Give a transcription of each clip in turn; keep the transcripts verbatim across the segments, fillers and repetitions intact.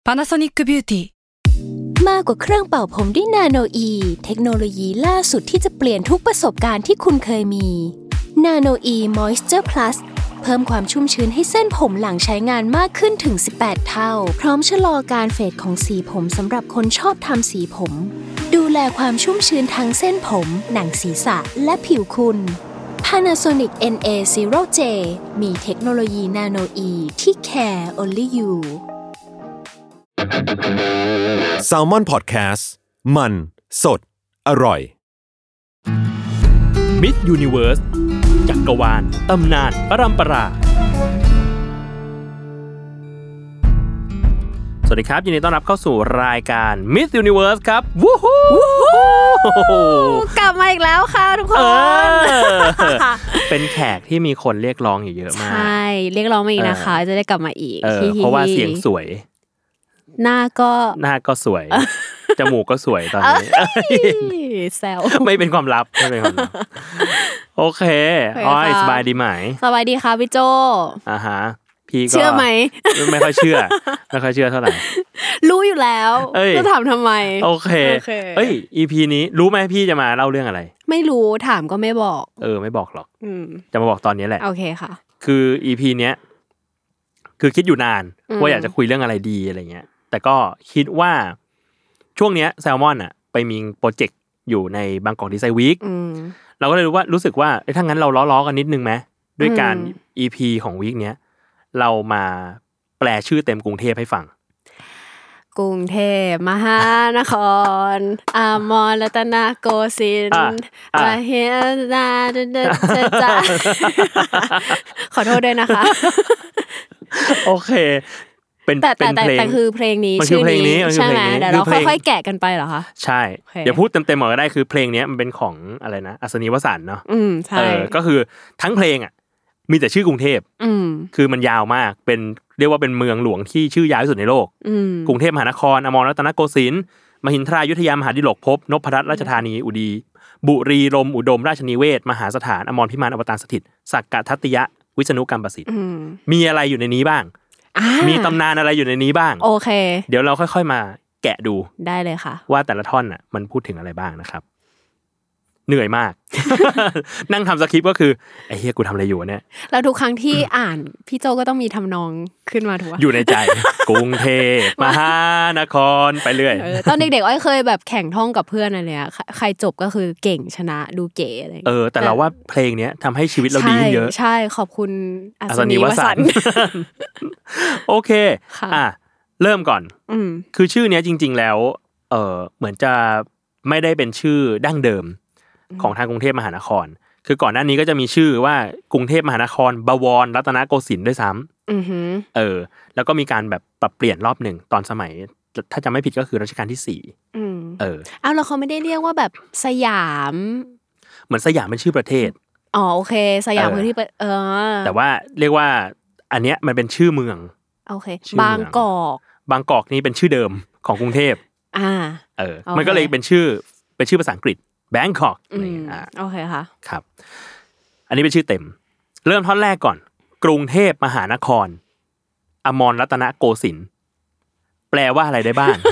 Panasonic Beauty มากกว่าเครื่องเป่าผมด้วยนาโนอีเทคโนโลยีล่าสุดที่จะเปลี่ยนทุกประสบการณ์ที่คุณเคยมีนาโนอีมอยส์เจอร์พลัสเพิ่มความชุ่มชื้นให้เส้นผมหลังใช้งานมากขึ้นถึงสิบแปดเท่าพร้อมชะลอการเฟดของสีผมสำหรับคนชอบทำสีผมดูแลความชุ่มชื้นทั้งเส้นผมหนังศีรษะและผิวคุณ Panasonic เอ็น เอ ศูนย์ เจ มีเทคโนโลยีนาโนอีที่ care only you Salmon Podcast มันสดอร่อย Miss Universe จักรวาลตำนานปรัมปราสวัสดีครับยินดีต้อนรับเข้าสู่รายการ Miss Universe ครับวู้ฮู้กลับมาอีกแล้วค่ะทุกคนเป็นแขกที่มีคนเรียกร้องอยู่เยอะมากใช่เรียกร้องมาอีกนะคะจะได้กลับมาอีกเพราะว่าเสียงสวยหน้าก็หน้าก็สวยจมูกก็สวยตอนนี้แซวไม่เป็นความลับไม่เป็นความลับโอเคอ๋อสบายดีไหมสบายดีค่ะพี่โจอ่าฮะพี่ก็เชื่อไหมไม่ค่อยเชื่อไม่ค่อยเชื่อเท่าไหร่รู้อยู่แล้วจะถามทำไมโอเคเอ้ย อี พี นี้รู้ไหมพี่จะมาเล่าเรื่องอะไรไม่รู้ถามก็ไม่บอกเออไม่บอกหรอกจะมาบอกตอนนี้แหละโอเคค่ะคือ อี พี เนี้ยคือคิดอยู่นานว่าอยากจะคุยเรื่องอะไรดีอะไรเงี้ยแต่ก็คิดว่าช่วงเนี้ยแซลมอนอ่ะไปมีโปรเจกต์อยู่ในบางกอกดีไซน์วีคเราก็เลยรู้ว่ารู้สึกว่าถ้างั้นเราล้อๆกันนิดนึงไหมด้วยการ อี พี ของวีคเนี้ยเรามาแปลชื่อเต็มกรุงเทพให้ฟังกรุงเทพมหานครอมรรัตนโกสินทร์มหิดลจ้าขอโทษด้วยนะคะโอเคเป็นแต่แต่เป็นเพลงแต่คือเพลงนี้ชื่อเพลงนี้ใช่ไหมเดี๋ยวเราค่อยๆแกะกันไปเหรอคะใช่เดี๋ยวพูดเต็มๆหมดก็ได้คือเพลงนี้มันเป็นของอะไรนะอัศนีวสันต์เนาะอืมใช่เออก็คือทั้งเพลงอ่ะมีแต่ชื่อกรุงเทพอืมคือมันยาวมากเป็นเรียกว่าเป็นเมืองหลวงที่ชื่อยาวที่สุดในโลกกรุงเทพมหานครอมรรัตนโกสินทร์มหินทรายุทธยามหาดิลกภพนพรัตน์ราชธานีอุดีบุรีรมย์อุดมราชนิเวศมหาสถานอมรพิมานอวตารสถิตสักกะทัตติยะวิษณุกรรมประสิทธิ์มีอะไรอยู่ในนี้บ้างมีตำนานอะไรอยู่ในนี้บ้างโอเคเดี๋ยวเราค่อยๆมาแกะดูได้เลยค่ะว่าแต่ละท่อนน่ะมันพูดถึงอะไรบ้างนะครับเหนื่อยมาก นั่งทำสคริปต์ก็คือไอ้เหี้ยกูทำอะไรอยู่เนี่ยแล้วทุกครั้งที่อ่านพี่โจก็ต้องมีทำนองขึ้นมาถูกป่ะอยู่ในใจ กรุงเทพมหานครไปเรื่อยตอนเด็กๆอ้อยเคยแบบแข่งท่องกับเพื่อนอะไรเงี้ยใครจบก็คือเก่งชนะดูเก๋อะไรเออแต่เราว่าเพลงเนี้ยทำให้ชีวิตเราดีขึ้นเยอะใช่ขอบคุณอัศนีวสันต์โอเคอ่ะเริ่มก่อนคือชื่อเนี้ยจริงๆแล้วเออเหมือนจะไม่ได้เป็นชื่อดั้งเดิมของทางกรุงเทพมหานครคือก่อนหน้านี้ก็จะมีชื่อว่ากรุงเทพมหานครบวรรัตนโกสินทร์ด้วยซ้ำเออแล้วก็มีการแบบปรับเปลี่ยนรอบหนึ่งตอนสมัยถ้าจำไม่ผิดก็คือรัชกาลที่สี่เอออ้าวแล้วเขาไม่ได้เรียกว่าแบบสยามเหมือนสยามเป็นชื่อประเทศอ๋อโอเคสยามคือที่เออแต่ว่าเรียกว่าอันเนี้ยมันเป็นชื่อเมืองโอเคบางกอกบางกอกนี่เป็นชื่อเดิมของกรุงเทพอ่าเออมันก็เลยเป็นชื่อเป็นชื่อภาษาอังกฤษBangkok อ่าโอเคค่ะครับอันนี้เป็นชื่อเต็มเริ่มท่อนแรกก่อนกรุงเทพมหานครอมรรัตนโกสินทร์แปลว่าอะไรได้บ้าง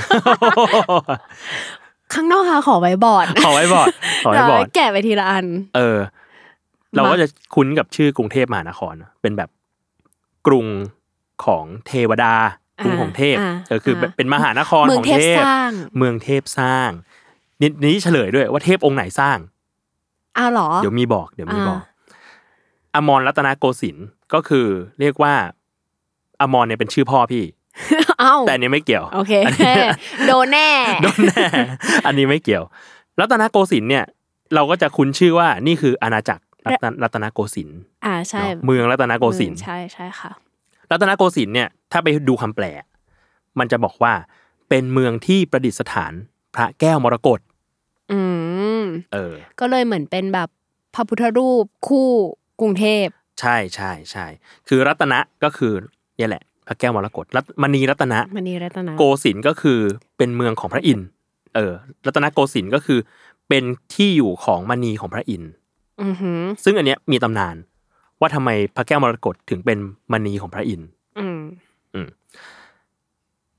ข้างนอกค่ะขอไว้บอร์ดขอไว้บอร์ดขอไว้บอร์ดแกะไปทีละอันเออเราก็จะคุ้นกับชื่อกรุงเทพมหานครเป็นแบบกรุงของเทวดากรุงของเทพเออคือเป็นมหานครของเทพเมืองเทพสร้างนี่นี่เฉลยด้วยว่าเทพองค์ไหนสร้างอ้าวเหรอเดี๋ยวมีบอกเดี๋ยวมีบอกอมรรัตนโกสินทร์ก็คือเรียกว่าอมรเนี่ยเป็นชื่อพ่อพี่อ้าวแต่อันนี้ไม่เกี่ยวโอเคโดนแน่โดนแน่อันนี้ไม่เกี่ยวรัตนโกสินทร์เนี่ยเราก็จะคุ้นชื่อว่านี่คืออาณาจักรรัตนโกสินทร์อ่าใช่เมืองรัตนโกสินทร์ใช่ใช่ค่ะรัตนโกสินทร์เนี่ยถ้าไปดูคำแปลมันจะบอกว่าเป็นเมืองที่ประดิษฐานพระแก้วมรกตอืมเออก็เลยเหมือนเป็นแบบพระพุทธรูปคู่กรุงเทพใช่ใช่ใช่คือรัตนะก็คือเนี่ยแหละพระแก้วมรกตรัตมณีรัตนะมณีรัตนะโกสินทร์ก็คือเป็นเมืองของพระอินทร์เออรัตนโกสินทร์ก็คือเป็นที่อยู่ของมณีของพระอินทร์อือหือซึ่งอันเนี้ยมีตำนานว่าทำไมพระแก้วมรกตถึงเป็นมณีของพระอินทร์อืมอืม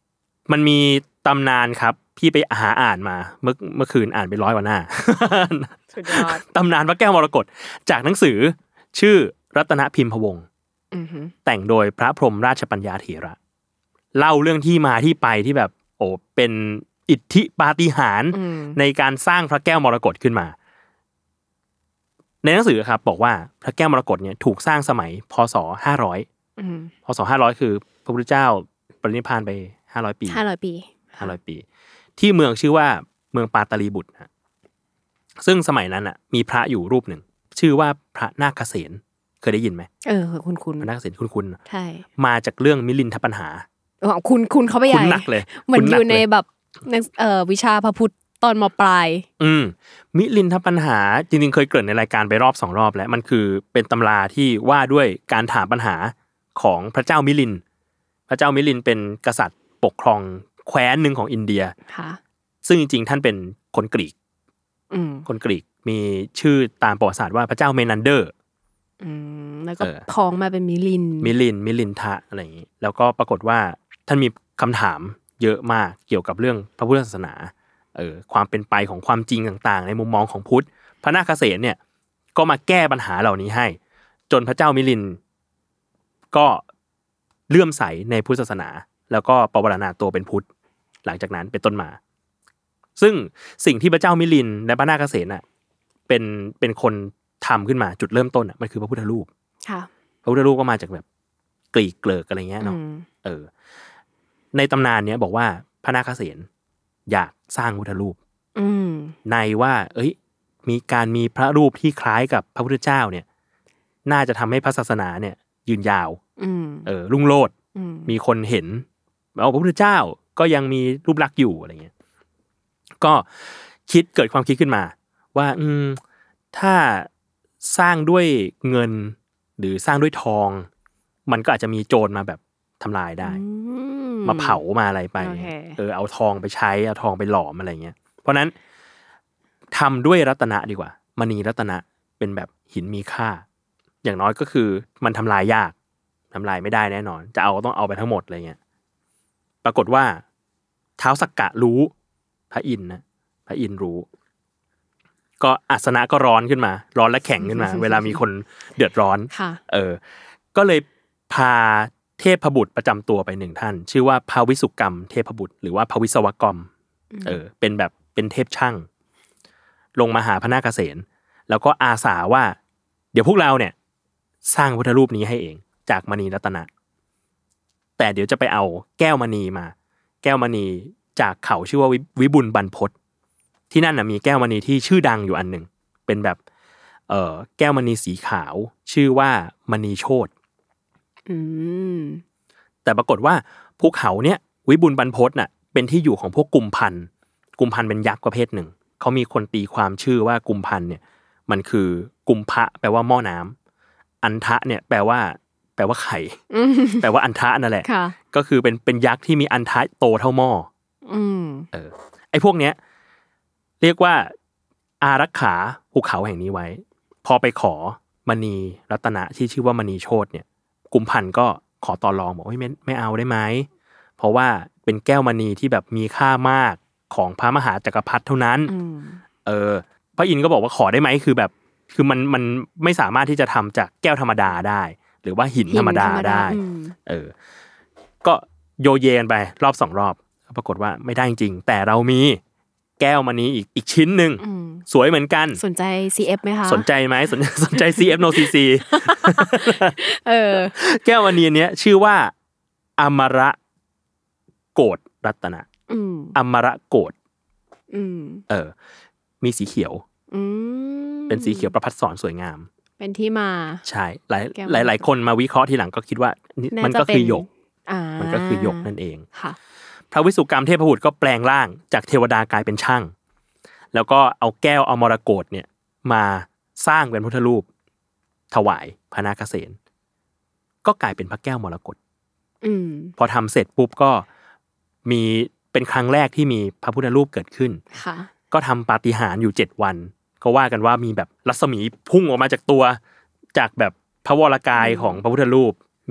มันมีตำนานครับพี่ไปหาอ่านมาเมื่อเมื่อคืนอ่านไปร้อยกว่าหน้าสุดยอดตำนานพระแก้วมรกตจากหนังสือชื่อรัตนพิมพวงศ์แต่งโดยพระพรหมราชปัญญาเถระเล่าเรื่องที่มาที่ไปที่แบบโอ้เป็นอิทธิปาฏิหาริย์ในการสร้างพระแก้วมรกตขึ้นมาในหนังสือครับบอกว่าพระแก้วมรกตเนี่ยถูกสร้างสมัยพ.ศ. ห้าร้อยอืมพ.ศ. ห้าร้อยคือพระพุทธเจ้าปรินิพพานไปห้าร้อยปีห้าร้อยปีห้าร้อยปีที่เมืองชื่อว่าเมืองปาตลีบุตรฮะซึ่งสมัยนั้นน่ะมีพระอยู่รูปหนึ่งชื่อว่าพระนาคเสนเคยได้ยินไหมเออคุ้นๆพระนาคเสนคุ้นๆใช่มาจากเรื่องมิลินทปัญหาอ๋อคุณคุณเขาไปใหญ่คุณหนักเลยเหมือนอยู่ในแบบเอ่อวิชาพระพุทธตอนม.ปลายอืมมิลินทปัญหาจริงๆเคยเกริ่นในรายการไปรอบสองรอบแล้วมันคือเป็นตำราที่ว่าด้วยการถามปัญหาของพระเจ้ามิลินพระเจ้ามิลินเป็นกษัตริย์ปกครองแคว้นหนึ่งของอินเดียค่ะซึ่งจริงๆท่านเป็นคนกรีกอืมคนกรีกมีชื่อตามประวัติศาสตร์ว่าพระเจ้าเมนันเดอร์อืมแล้วก็พ้องมาเป็นมิลินมิลินมิลินทะอะไรอย่างนี้แล้วก็ปรากฏว่าท่านมีคำถามเยอะมากเกี่ยวกับเรื่องพระพุทธศาสนาเออความเป็นไปของความจริงต่างๆในมุมมองของพุทธพระนาคเสนเนี่ยก็มาแก้ปัญหาเหล่านี้ให้จนพระเจ้ามิลินก็เลื่อมใสในพุทธศาสนาแล้วก็ปวารณาตัวเป็นพุทธหลังจากนั้นเป็นต้นมาซึ่งสิ่งที่พระเจ้ามิลินและพระนาคเสนน่ะเป็นเป็นคนทำขึ้นมาจุดเริ่มต้นอ่ะมันคือพระพุทธรูปค่ะพระพุทธรูปก็มาจากแบบกรีกเกลิกอะไรเงี้ยเนาะเออในตำนานเนี้ยบอกว่าพระนาคเสนอยากสร้างพุทธรูปในว่าเอ้ยมีการมีพระรูปที่คล้ายกับพระพุทธเจ้าเนี่ยน่าจะทำให้พระศาสนาเนี่ยยืนยาวเออรุ่งโรจน์มีคนเห็นว่าพระพุทธเจ้าก็ยังมีรูปลักษณ์อยู่อะไรเงี้ยก็คิดเกิดความคิดขึ้นมาว่าอืมถ้าสร้างด้วยเงินหรือสร้างด้วยทองมันก็อาจจะมีโจรมาแบบทำลายได้มาเผามาอะไรไป okay. เออเอาทองไปใช้เอาทองไปหลอมอะไรเงี้ยเพราะนั้นทำด้วยรัตนะดีกว่ามณีรัตนะเป็นแบบหินมีค่าอย่างน้อยก็คือมันทำลายยากทำลายไม่ได้แน่นอนจะเอาต้องเอาไปทั้งหมดอะไรเงี้ยปรากฏว่าท้าวสักกะรู้พระอินทร์นะพระอินทร์รู้ก็อาสนะก็ร้อนขึ้นมาร้อนและแข็งขึ้นมา เวลามีคนเดือดร้อนเออก็เลยพาเทพบุตรประจำตัวไปหนึ่งท่านชื่อว่าภาวิสุกรรมเทพบุตรหรือว่าภวิศวกรรมเออเป็นแบบเป็นเทพช่างลงมาหาพระนาคเสนแล้วก็อาสาว่าเดี๋ยวพวกเราเนี่ยสร้างพุทธรูปนี้ให้เองจากมณีรัตนะแต่เดี๋ยวจะไปเอาแก้วมณีมาแก้วมณีจากเขาชื่อว่าวิบุลบรรพตที่นั่นน่ะมีแก้วมณีที่ชื่อดังอยู่อันหนึ่งเป็นแบบเอ่อแก้วมณีสีขาวชื่อว่ามณีโชติอืมแต่ปรากฏว่าภูเขาเนี้ยวิบุลบรรพตน่ะเป็นที่อยู่ของพวกกุมพันกุมพันเป็นยักษ์ประเภทหนึ่งเขามีคนตีความชื่อว่ากุมพันเนี่ยมันคือกุมภะแปลว่าหม้อน้ำอันทะเนี่ยแปลว่าแปลว่าไข่แปลว่าอันทะนั่นแหละก็คือเป็นเป็นยักษ์ที่มีอันทะโตเท่าหม้อเออไอ้พวกเนี้ยเรียกว่าอารักขาภูเขาแห่งนี้ไว้พอไปขอมณีรัตนะที่ชื่อว่ามณีโชติเนี่ยกุมพันก็ขอต่อรองบอกว่าไม่ไม่เอาได้ไหมเพราะว่าเป็นแก้วมณีที่แบบมีค่ามากของพระมหาจักรพรรดิเท่านั้นเออพระอินทร์ก็บอกว่าขอได้ไหมคือแบบคือมันมันไม่สามารถที่จะทำจากแก้วธรรมดาได้หรือว่าหินธรรมดาได้เออก็โยเยนไปรอบสองรอบปรากฏว่าไม่ได้จริงๆแต่เรามีแก้วมณีอีกอีกชิ้นนึงสวยเหมือนกันสนใจ ซี เอฟ มั้ยคะสนใจมั้ยสนสนใจ ซี เอฟ No ซี ซีเออแก้วมณีเนี้ยชื่อว่าอมรโกฏรัตนะอืมอมรโกฏอืมเออมีสีเขียวอืมเป็นสีเขียวประภัสสรสวยงามเป็นที่มาใช่หลายหลายหลายคนมาวิเคราะห์ทีหลังก็คิดว่ามันก็คือหยกอ่ามันก็คือหยกนั่นเองค่ะพระวิสุกรรมเทพบุตรก็แปลงร่างจากเทวดากลายเป็นช่างแล้วก็เอาแก้วอมรโกฏเนี่ยมาสร้างเป็นพุทธรูปถวายพระนาคเสนก็กลายเป็นพระแก้วมรกตอืมพอทำเสร็จปุ๊บก็มีเป็นครั้งแรกที่มีพระพุทธรูปเกิดขึ้นค่ะก็ทำปาฏิหาริย์อยู่เจ็ดวันก็ว่ากันว่ามีแบบรัศมีพุ่งออกมาจากตัวจากแบบพระวรกายของพระพุทธรูป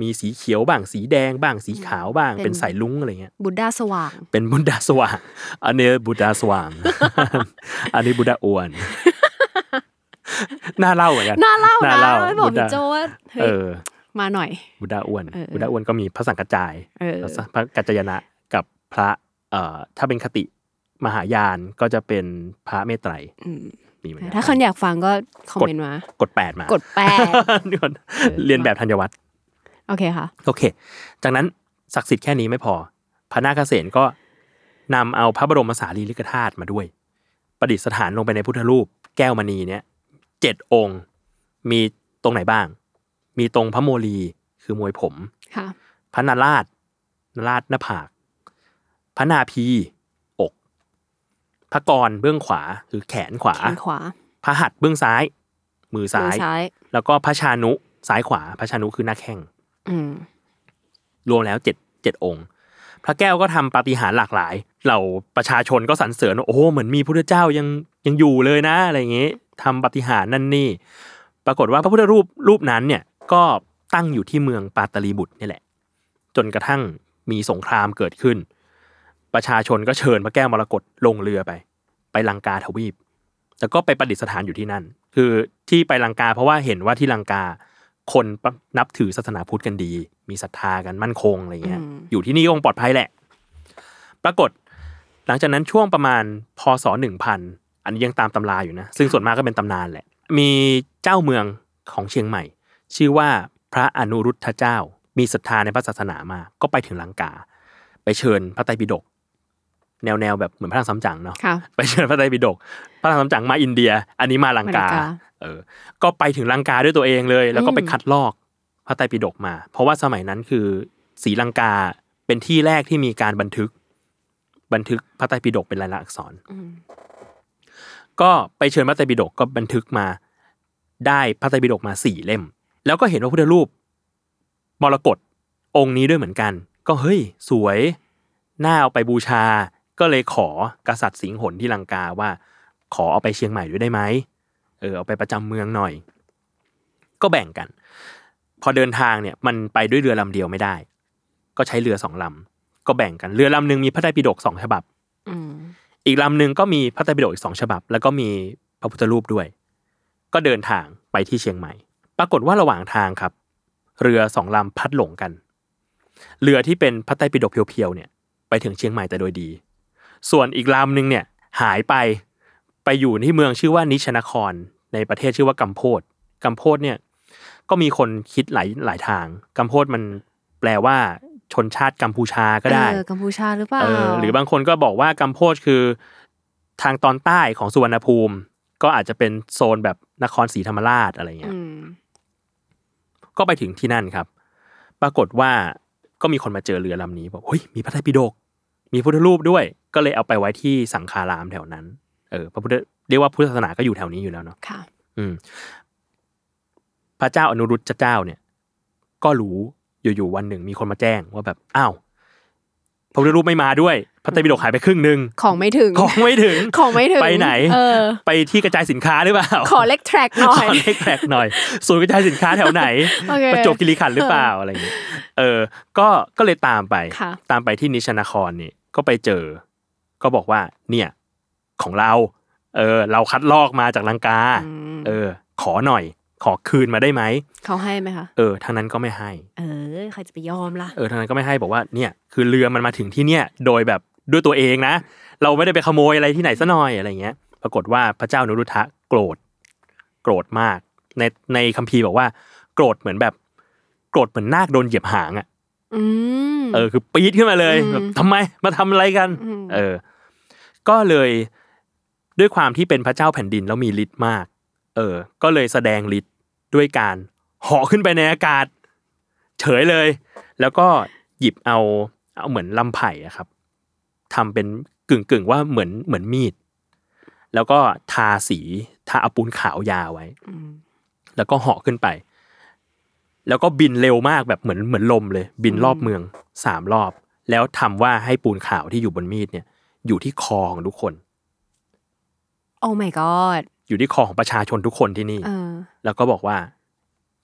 มีสีเขียวบ้างสีแดงบ้างสีขาวบ้างเป็นสายลุ้งอะไรเงี้ยบุดดาสว่างเป็นบุดดาสว่างอันนี้บุดดาสว่าง อันนี้บุดดาอ้วนน่าเล่าเหมือนกันน่าเล่าน่าเล่าบอกพี่โจว่าเออมาหน่อยบุดดาอ้วนบุดดาอ้วนก็มีพระสังกัจจายพระกัจจายนะกับพระเอ่อถ้าเป็นคติมหายานก็จะเป็นพระเมตไตรมีเหมือนกันถ้าคนอยากฟังก็คอมเมนต์มากดแปดมากดแปดเรียนแบบธัญวัฒน์โอเคค่ะโอเคจากนั้นศักดิ์สิทธิ์แค่นี้ไม่พอพระนาคเษนก็นำเอาพระบรมสารีริกธาตุมาด้วยประดิษฐานลงไปในพุทธรูปแก้วมณีเนี้ยเจ็ดองค์มีตรงไหนบ้างมีตรงพระโมลีคือมวยผมค่ะพระนาราชนาราชหน้าผากพระนาพีอกพระกรเบื้องขวาคือแขนขวาแขนขวาพระหัตถ์เบื้องซ้ายมือซ้ายแล้วก็พระชานุซ้ายขวาพระชานุคือหน้าแข้งรวมแล้วเจ็ดเจ็ดองค์พระแก้วก็ทำปาฏิหาริย์หลากหลายเหล่าประชาชนก็สรรเสริญว่าโอ้เหมือนมีพระพุทธเจ้ายังยังอยู่เลยนะอะไรอย่างงี้ทำปาฏิหาริย์นั่นนี่ปรากฏว่าพระพุทธรูปรูปนั้นเนี่ยก็ตั้งอยู่ที่เมืองปาตลีบุตรนี่แหละจนกระทั่งมีสงครามเกิดขึ้นประชาชนก็เชิญพระแก้วมรกตลงเรือไปไปลังกาทวีปแล้วก็ไปประดิษฐานอยู่ที่นั่นคือที่ไปลังกาเพราะว่าเห็นว่าที่ลังกาคนนับถือศาสนาพุทธกันดีมีศรัทธากันมั่นคงอะไรเงี้ยอยู่ที่นี่คงปลอดภัยแหละปรากฏหลังจากนั้นช่วงประมาณพ.ศ.หนึ่งพันอันนี้ยังตามตำราอยู่นะซึ่งส่วนมากก็เป็นตำนานแหละมีเจ้าเมืองของเชียงใหม่ชื่อว่าพระอนุรุทธเจ้ามีศรัทธาในพระศาสนามากก็ไปถึงลังกาไปเชิญพระไตรปิฎกแนวๆแบบเหมือนพระธรรมสัมจั๋งเนาะไปเชิญพระไตรปิฎกพระธรรมสัมจั๋งมาอินเดียอันนี้มาลังกาเออก็ไปถึงลังกาด้วยตัวเองเลยแล้วก็ไปคัดลอกพระไตรปิฎกมาเพราะว่าสมัยนั้นคือศรีลังกาเป็นที่แรกที่มีการบันทึกบันทึกพระไตรปิฎกเป็นลายลักษณ์อักษรก็ไปเชิญพระไตรปิฎกก็บันทึกมาได้พระไตรปิฎกมาสี่เล่มแล้วก็เห็นว่าพุทธรูปมรกตองค์นี้ด้วยเหมือนกันก็เฮ้ยสวยน่าเอาไปบูชาก็เลยขอกษัตริย์สิงหนที่ลังกาว่าขอเอาไปเชียงใหม่ด้วยได้ไหมเออเอาไปประจำเมืองหน่อยก็แบ่งกันพอเดินทางเนี่ยมันไปด้วยเรือลำเดียวไม่ได้ก็ใช้เรือสองลำก็แบ่งกันเรือลำนึงมีพระไตรปิฎกสองฉบับอีกลำนึงก็มีพระไตรปิฎกอีกสองฉบับแล้วก็มีพระพุทธรูปด้วยก็เดินทางไปที่เชียงใหม่ปรากฏว่าระหว่างทางครับเรือสองลำพัดหลงกันเรือที่เป็นพระไตรปิฎกเพียวๆเนี่ยไปถึงเชียงใหม่แต่โดยดีส่วนอีกลำนึงเนี่ยหายไปไปอยู่ที่เมืองชื่อว่านิชนครในประเทศชื่อว่ากัมโพดกัมโพดเนี่ยก็มีคนคิดหลายหลายทางกัมโพดมันแปลว่าชนชาติกัมพูชาก็ได้เออกัมพูชาหรือเปล่าเออหรือบางคนก็บอกว่ากัมโพดคือทางตอนใต้ของสุวรรณภูมิก็อาจจะเป็นโซนแบบนครศรีธรรมราชอะไรเงี้ยก็ไปถึงที่นั่นครับปรากฏว่าก็มีคนมาเจอเรือลำนี้บอกเฮ้ยมีพระไตรปิฎกมีพุทธรูปด้วยก็เลยเอาไปไว้ที่สังฆารามแถวนั้นเออพระพุทธเรียกว่าพุทธศาสนาก็อยู่แถวนี้อยู่แล้วเนาะค่ะอืมพระเจ้าอนุรุตเจ้าเนี่ยก็รู้อยู่ๆวันหนึ่งมีคนมาแจ้งว่าแบบอ้าวพระพุทธรูปไม่มาด้วยพระไตรปิฎกหายไปครึ่งนึงของไม่ถึงของไม่ถึงของไม่ถึงไปไหนไปที่กระจายสินค้าหรือเปล่าขอเล็กแทร็กหน่อยขอเล็กแทร็กหน่อยศูนย์กระจายสินค้าแถวไหนประจวบคีรีขันธ์หรือเปล่าอะไรอย่างเงี้ยเออก็ก็เลยตามไปตามไปที่นิชนครนี่ก็ไปเจอก็บอกว่าเนี่ยของเราเออเราคัดลอกมาจากลังกาเออขอหน่อยขอคืนมาได้ไหมเขาให้ไหมคะเออทางนั้นก็ไม่ให้เออใครจะไปยอมล่ะเออทางนั้นก็ไม่ให้บอกว่าเนี่ยคือเรือมันมาถึงที่เนี่ยโดยแบบด้วยตัวเองนะเราไม่ได้ไปขโมยอะไรที่ไหนซะหน่อยอะไรเงี้ยปรากฏว่าพระเจ้านุรุทธะโกรธโกรธมากในในคัมภีร์บอกว่าโกรธเหมือนแบบโกรธเหมือนนาคโดนเหยียบหางอ่ะเออคือปี๊ดขึ้นมาเลยแบบทำไมมาทำอะไรกันเออก็เลยด้วยความที่เป็นพระเจ้าแผ่นดินแล้วมีฤทธิ์มากเออก็เลยแสดงฤทธิ์ด้วยการเหาะขึ้นไปในอากาศเฉยเลยแล้วก็หยิบเอาเอาเหมือนลำไผ่อะครับทำเป็นกึ่งๆว่าเหมือนเหมือนมีดแล้วก็ทาสีทาเอาปูนขาวยาไว้แล้วก็เหาะขึ้นไปแล้วก็บินเร็วมากแบบเหมือนเหมือนลมเลยบินรอบเมืองสามรอบแล้วทำว่าให้ปูนขาวที่อยู่บนมีดเนี่ยอยู่ที่คอของทุกคนโอ้ my god อยู่ที่คอของประชาชนทุกคนที่นี่แล้วก็บอกว่า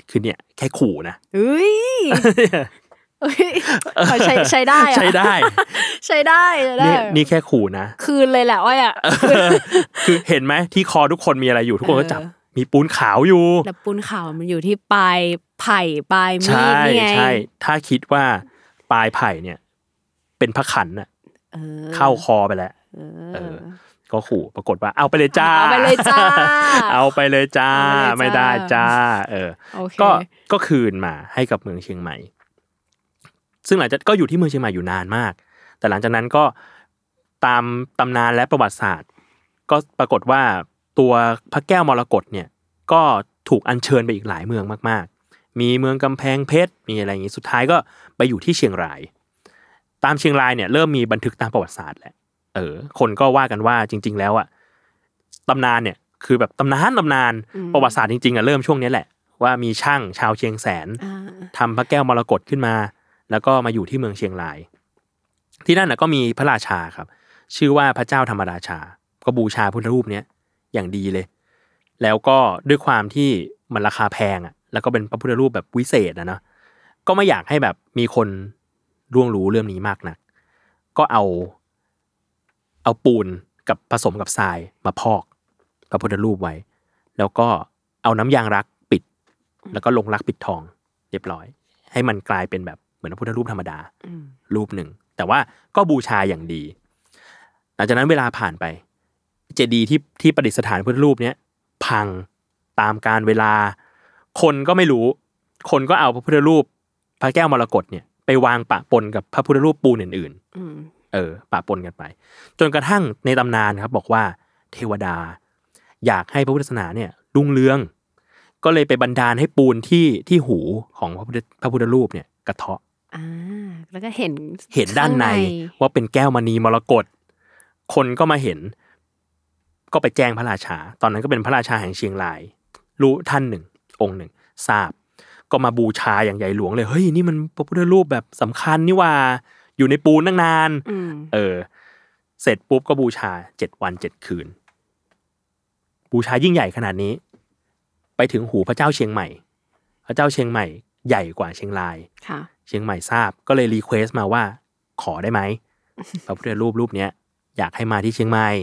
คือเนี่ยแค่ขู่นะเฮ้ยเอ้ยใช้ใช้ได้ใช้ได้ใช้ได้นี่นี่แค่ขู่นะคืนเลยแหละอ้อยอ่ะคือเห็นไหมที่คอทุกคนมีอะไรอยู่ทุกคนก็จับมีปูนขาวอยู่แล้วปูนขาวมันอยู่ที่ปลายไผ่ปลายมีดนี่ไงใช่ๆถ้าคิดว่าปลายไผ่เนี่ยเป็นพระขันน่ะเข้าคอไปแล้วเออก็ขู่ปรากฏว่าเอาไปเลยจ้าเอาไปเลยจ้าเอาไปเลยจ้าไม่ได้จ้าเออก็ก็คืนมาให้กับเมืองเชียงใหม่ซึ่งหลังจากก็อยู่ที่เมืองเชียงใหม่อยู่นานมากแต่หลังจากนั้นก็ตามตำนานและประวัติศาสตร์ก็ปรากฏว่าตัวพระแก้วมรกตเนี่ยก็ถูกอัญเชิญไปอีกหลายเมืองมากๆมีเมืองกำแพงเพชรมีอะไรอย่างงี้สุดท้ายก็ไปอยู่ที่เชียงรายตามเชียงรายเนี่ยเริ่มมีบันทึกตามประวัติศาสตร์แหละเออคนก็ว่ากันว่าจริงๆแล้วอ่ะตำนานเนี่ยคือแบบตำนานตำนานประวัติศาสตร์จริงๆอ่ะเริ่มช่วงนี้แหละว่ามีช่างชาวเชียงแสนทำพระแก้วมรกตขึ้นมาแล้วก็มาอยู่ที่เมืองเชียงรายที่นั่นน่ะก็มีพระราชาครับชื่อว่าพระเจ้าธรรมราชาก็บูชาพุทธรูปเนี้ยอย่างดีเลยแล้วก็ด้วยความที่มันราคาแพงอ่ะแล้วก็เป็นพระพุทธรูปแบบวิเศษนะเนาะก็ไม่อยากให้แบบมีคนร่วงรู้เรื่องนี้มากนักก็เอาเอาปูนกับผสมกับทรายมาพอกพระพุทธรูปไว้แล้วก็เอาน้ำยางรักปิดแล้วก็ลงรักปิดทองเรียบร้อยให้มันกลายเป็นแบบเหมือนพระพุทธรูปธรรมดารูปหนึ่งแต่ว่าก็บูชาอย่างดีหลังจากนั้นเวลาผ่านไปเจดีย์ที่ที่ประดิษฐานพระพุทธรูปเนี้ยพังตามกาลเวลาคนก็ไม่รู้คนก็เอาพระพุทธรูปพระแก้วมรกตเนี่ยไปวางปะปนกับพระพุทธรูปปูนอื่นๆเออปะปนกันไปจนกระทั่งในตำนานครับบอกว่าเทวดาอยากให้พระพุทธศาสนาเนี่ยรุ่งเรืองก็เลยไปบันดาลให้ปูนที่ที่หูของพระพุทธพระพุทธรูปเนี่ยกระเทาะอ่าแล้วก็เห็นเห็นด้านในว่าเป็นแก้วมณีมรกตคนก็มาเห็นก็ไปแจ้งพระราชาตอนนั้นก็เป็นพระราชาแห่งเชียงรายรู้ท่านหนึ่งองค์หนึ่งทราบก็มาบูชาอย่างใหญ่หลวงเลยเฮ้ยนี่มันพระพุทธรูปแบบสำคัญนี่ว่าอยู่ในปูนตั้งนานเออเสร็จปุ๊บก็บูชาเจ็ดวันเจ็ดคืนบูชายิ่งใหญ่ขนาดนี้ไปถึงหูพระเจ้าเชียงใหม่พระเจ้าเชียงใหม่ใหญ่กว่าเชียงรายเชียงใหม่ทราบก็เลยรีเควสต์มาว่าขอได้ไหม พระพุทธรูปรูปเนี้ยอยากให้มาที่เชียงใหม่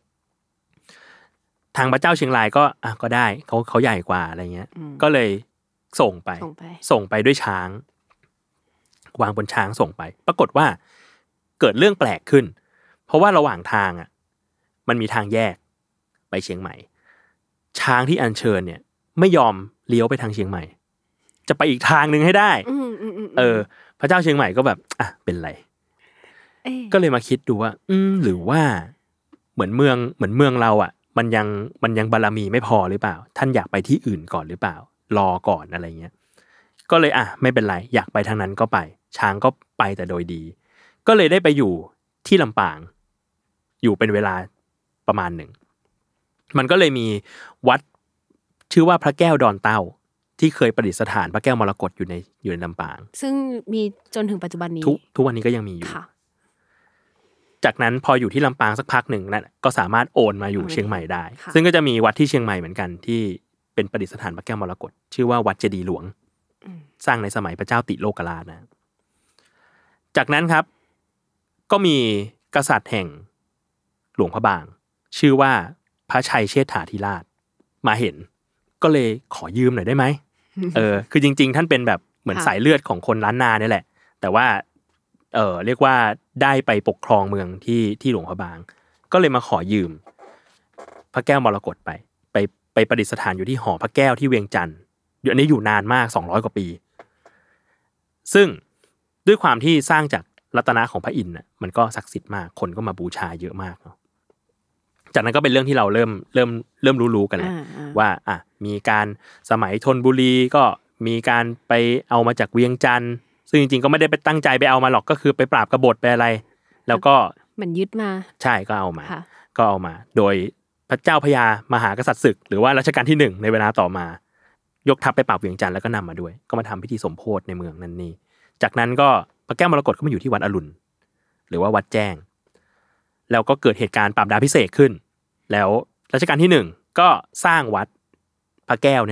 ทางพระเจ้าเชียงรายก็อ่ะก็ได้เขาเขาใหญ่กว่าอะไรเงี้ยก็เลยส่งไปส่งไปด้วยช้างวางบนช้างส่งไปปรากฏว่าเกิดเรื่องแปลกขึ้นเพราะว่าระหว่างทางอ่ะมันมีทางแยกไปเชียงใหม่ช้างที่อัญเชิญเนี่ยไม่ยอมเลี้ยวไปทางเชียงใหม่จะไปอีกทางนึงให้ได้เออพระเจ้าเชียงใหม่ก็แบบอ่ะเป็นไรก็เลยมาคิดดูว่าอืมหรือว่าเหมือนเมืองเหมือนเมืองเราอ่ะมันยังมันยังบารมีไม่พอหรือเปล่าท่านอยากไปที่อื่นก่อนหรือเปล่ารอก่อนอะไรเงี้ยก็เลยอ่ะไม่เป็นไรอยากไปทางนั้นก็ไปช้างก็ไปแต่โดยดีก็เลยได้ไปอยู่ที่ลำปางอยู่เป็นเวลาประมาณหนึ่งมันก็เลยมีวัดชื่อว่าพระแก้วดอนเต้าที่เคยประดิษฐานพระแก้วมรกตอยู่ในอยู่ในลำปางซึ่งมีจนถึงปัจจุบันนี้ทุกทุกวันนี้ก็ยังมีอยู่จากนั้นพออยู่ที่ลำปางสักพักหนึ่งนั่นก็สามารถโอนมาอยู่เชียงใหม่ได้ซึ่งก็จะมีวัดที่เชียงใหม่เหมือนกันที่เป็นประดิษฐานพระแก้วมรกตชื่อว่าวัดเจดีย์หลวงสร้างในสมัยพระเจ้าติโลกราชนะจากนั้นครับก็มีกษัตริย์แห่งหลวงพระบางชื่อว่าพระชัยเชษฐาธิราชมาเห็นก็เลยขอยืมหน่อยได้ไหม เออคือจริงๆท่านเป็นแบบเหมือนสายเลือดของคนล้านนาเนี่ยแหละแต่ว่าเออเรียกว่าได้ไปปกครองเมืองที่ที่หลวงพระบางก็เลยมาขอยืมพระแก้วมรกตไปไปไปประดิษฐานอยู่ที่หอพระแก้วที่เวียงจันทร์อันนี้อยู่นานมากสองร้อยกว่าปีซึ่งด้วยความที่สร้างจากรัตนะของพระอินทร์น่ะมันก็ศักดิ์สิทธิ์มากคนก็มาบูชาเยอะมากเนาะจากนั้นก็เป็นเรื่องที่เราเริ่มเริ่มเริ่มรู้ๆกันแล้วว่าอ่ะมีการสมัยธนบุรีก็มีการไปเอามาจากเวียงจันทร์ซึ่งจริงๆก็ไม่ได้ไปตั้งใจไปเอามาหรอกก็คือไปปราบกบฏไปอะไรแล้วก็มันยึดมาใช่ก็เอามาก็เอามาโดยพระเจ้าพญามหากษัตริย์ศึกหรือว่ารัชกาลที่หนึ่งในเวลาต่อมายกทัพไปปราบเวียงจันทร์แล้วก็นำมาด้วยก็มาทำพิธีสมโภชในเมืองนั่นนี่จากนั้นก็พระแก้วมรกตก็มาอยู่ที่วัดอรุณหรือว่าวัดแจ้งแล้วก็เกิดเหตุการณ์ปราบดาพิเศษขึ้นแล้วรัชกาลที่หนึ่งก็สร้างวัดพระแก้วนี่แหละ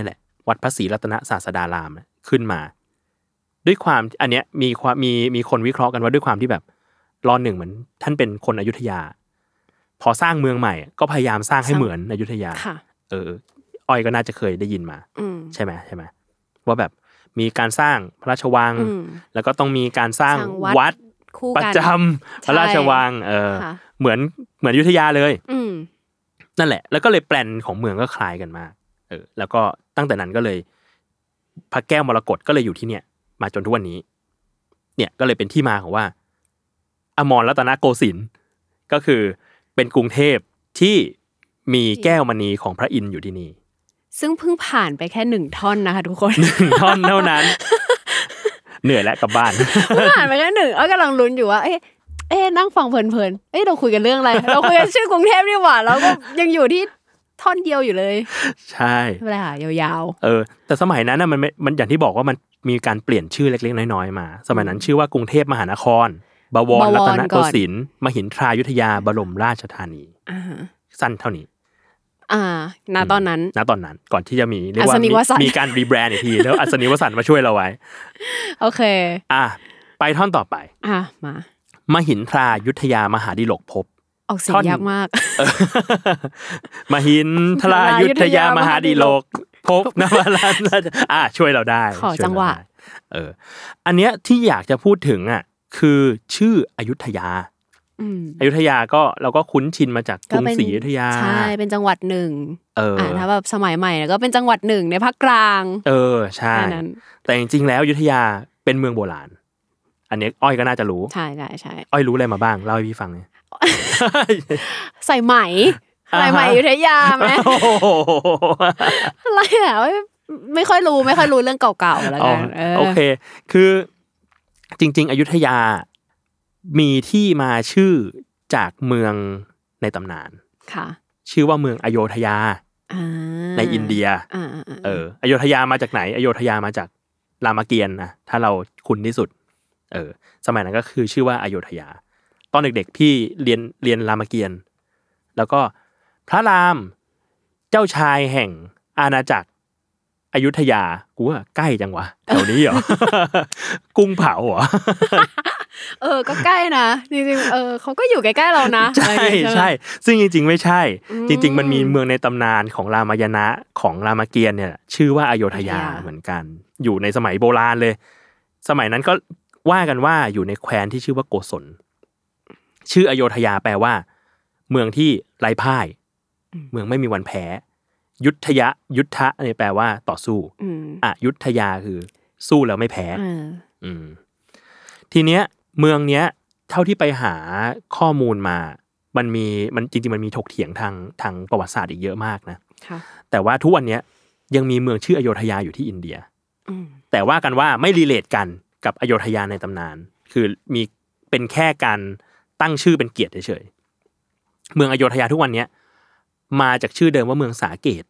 วัดพระศรีรัตนศาสดารามขึ้นมาด้วยความอันเนี้ยมีความมีมีคนวิเคราะห์กันว่าด้วยความที่แบบรอหนึ่งเหมือนท่านเป็นคนอยุธยาพอสร้างเมืองใหม่ก็พยายามสร้างให้เหมือนอยุธยาเอออ้อยก็น่าจะเคยได้ยินมาใช่ไหมใช่ไหมว่าแบบมีการสร้างพระราชวังแล้วก็ต้องมีการสร้างวัดประจำพระราชวังเออเหมือนเหมือนอยุธยาเลยนั่นแหละแล้วก็เลยแปลนของเมืองก็คล้ายกันมากเออแล้วก็ตั้งแต่นั้นก็เลยพระแก้วมรกตก็เลยอยู่ที่เนี่ยมาจนทุกวันนี้เนี่ยก็เลยเป็นที่มาของว่าอมรรัตนโกสินทร์ก็คือเป็นกรุงเทพที่มีแก้วมณีของพระอินทร์อยู่ที่นี่ซึ่งเพิ่งผ่านไปแค่หนึ่งท่อนนะคะทุกคนหนึ่งท่อนเท่านั้นเหนื่อยแล้วกลับบ้านผ่านไปแค่หนึ่งเอ้ยกำลังลุ้นอยู่ว่าเอ๊ะเอ๊ะนั่งฟังเพลินๆเอ๊ะเราคุยกันเรื่องอะไรเราคุยกันชื่อกรุงเทพนี่หว่าแล้วก็ยังอยู่ที่ท่อนเดียวอยู่เลยใช่ไม่เป็นไรค่ะยาวๆเออแต่สมัยนั้นน่ะมันมันอย่างที่บอกว่ามันมีการเปลี่ยนชื่อเล็กๆน้อยๆมาสมัยนั้นชื่อว่ากรุงเทพมหานครบวรรัตนโกสินทร์มหินทรายุทธยาบรมราชธานีสั้นเท่านี้อ่าณตอนนั้นณตอนนั้นก่อนที่จะมีเรียกว่ามีการรีแบรนด์อีกทีแล้วอัศนีวสันต์มาช่วยเราไว้โอเคอ่ะไปท่อนต่อไปอ่ะมามหินทรายุทธยามหาดิลกภพออกเสียงยากมากมหินทรายุทธยามหาดิลกภพนวราชอ่ะช่วยเราได้ขอจังหวะเอออันเนี้ยที่อยากจะพูดถึงอ่ะคือชื่ออยุธยาอยุธยาก็เราก็คุ้นชินมาจากกรุงศรีอยุธยาใช่เป็นจังหวัดหนึ่งเออถ้าแบบสมัยใหม่ก็เป็นจังหวัดหนึ่งในภาคกลางเออใช่แต่จริงๆแล้วอยุธยาเป็นเมืองโบราณอันนี้อ้อยก็น่าจะรู้ใช่ใช่ใช่อ้อยรู้อะไรมาบ้างเล่าให้พี่ฟังหน่อยใส่ไหมใส่ไหมอยุธยาไหมอะไรอ่ะไม่ค่อยรู้ไม่ค่อยรู้เรื่องเก่าๆแล้วกันโอเคคือจริงๆอยุธยามีที่มาชื่อจากเมืองในตำนานค่ะชื่อว่าเมืองอโยธยาในอินเดียเอออโยธยามาจากไหนอโยธยามาจากรามเกียรติ์นะถ้าเราคุ้นที่สุดเออสมัยนั้นก็คือชื่อว่าอโยธยาตอนเด็กๆพี่เรียนเรียนรามเกียรติ์แล้วก็พระรามเจ้าชายแห่งอาณาจักรอยุธยากูว่าใกล้จังวะแถวนี้เหรอ กุ้งเผาเหรอเออก็ใกล้นะจริงๆเออเขาก็อยู่ใกล้ๆเรานะใช่ใช่ซึ่งจริงๆไม่ใช่จริงๆมันมีเมืองในตำนานของรามายณะของรามเกียรติ์เนี่ยชื่อว่าอโยธยาเหมือนกันอยู่ในสมัยโบราณเลยสมัยนั้นก็ว่ากันว่าอยู่ในแคว้นที่ชื่อว่าโกศลชื่ออโยธยาแปลว่าเมืองที่ไร้พ่ายเมืองไม่มีวันแพ้ยุทธยะยุทธะนี่แปลว่าต่อสู้อยุธยาคือสู้แล้วไม่แพ้ทีเนี้ยเมืองเนี้ยเท่าที่ไปหาข้อมูลมามันมีมันจริงๆมันมีถกเถียงทางทางประวัติศาสตร์อีกเยอะมากนะแต่ว่าทุกวันเนี้ยยังมีเมืองชื่ออโยธยาอยู่ที่อินเดียแต่ว่ากันว่าไม่รีเลทกันกับอโยธยาในตำนานคือมีเป็นแค่การตั้งชื่อเป็นเกียรติเฉยๆเมืองอโยธยาทุกวันเนี้ยมาจากชื่อเดิมว่าเมืองสาเกต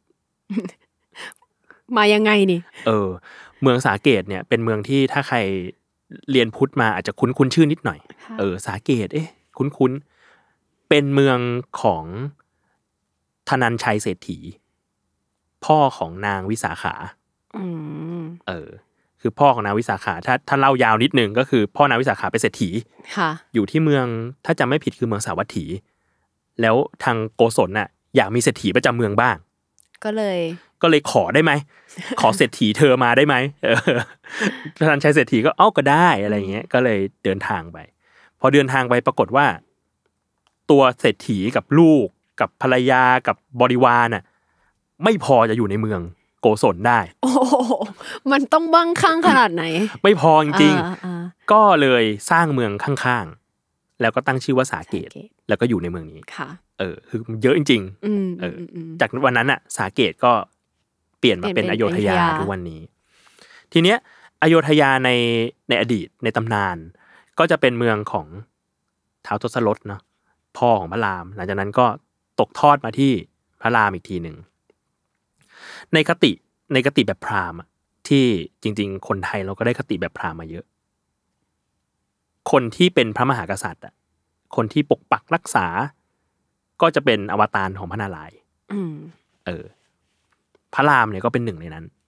มายังไงนี่เออเมืองสาเกตเนี่ยเป็นเมืองที่ถ้าใครเรียนพุทธมาอาจจะคุ้นๆชื่อนิดหน่อยเออสาเกตเอ๊ะคุ้นๆเป็นเมืองของธนัญชัยเศรษฐีพ่อของนางวิสาขาอืมเออคือพ่อของนางวิสาขาถ้าถ้าเล่ายาวนิดนึงก็คือพ่อนางวิสาขาเป็นเศรษฐีค่ะอยู่ที่เมืองถ้าจำไม่ผิดคือเมืองสาวัตถีแล้วทางโกศลน่ะอยากมีเศรษฐีประจำเมืองบ้างก็เลยก็เลยขอได้ไหมขอเศรษฐีเธอมาได้ไหมเออท่านชายเศรษฐีก็เอ้าก็ได้อะไรเงี้ยก็เลยเดินทางไปพอเดินทางไปปรากฏว่าตัวเศรษฐีกับลูกกับภรรยากับบริวารน่ะไม่พอจะอยู่ในเมืองโกศลได้โอ้มันต้องบังคับขนาดไหนไม่พอจริงๆก็เลยสร้างเมืองข้างๆแล้วก็ตั้งชื่อว่าสาเกตแล้วก็อยู่ในเมืองนี้ค่ะเออคือเยอะจริงๆเออจากวันนั้นน่ะสาเกตก็เปลี่ยนมาเป็นอโยธยาทุกวันนี้ทีเนี้ยอโยธยาในในอดีตในตำนานก็จะเป็นเมืองของท้าวทศรถเนาะพ่อของพระรามหลังจากนั้นก็ตกทอดมาที่พระรามอีกทีหนึ่งในคติในคติแบบพราหมณ์ที่จริงๆคนไทยเราก็ได้คติแบบพราหมณ์มาเยอะคนที่เป็นพระมหากษัตริย์อ่ะคนที่ปกปักรักษาก็จะเป็นอวตารของพระนารายณ์เออพระรามเนี่ยก็เป็นหนึ่งในนั้น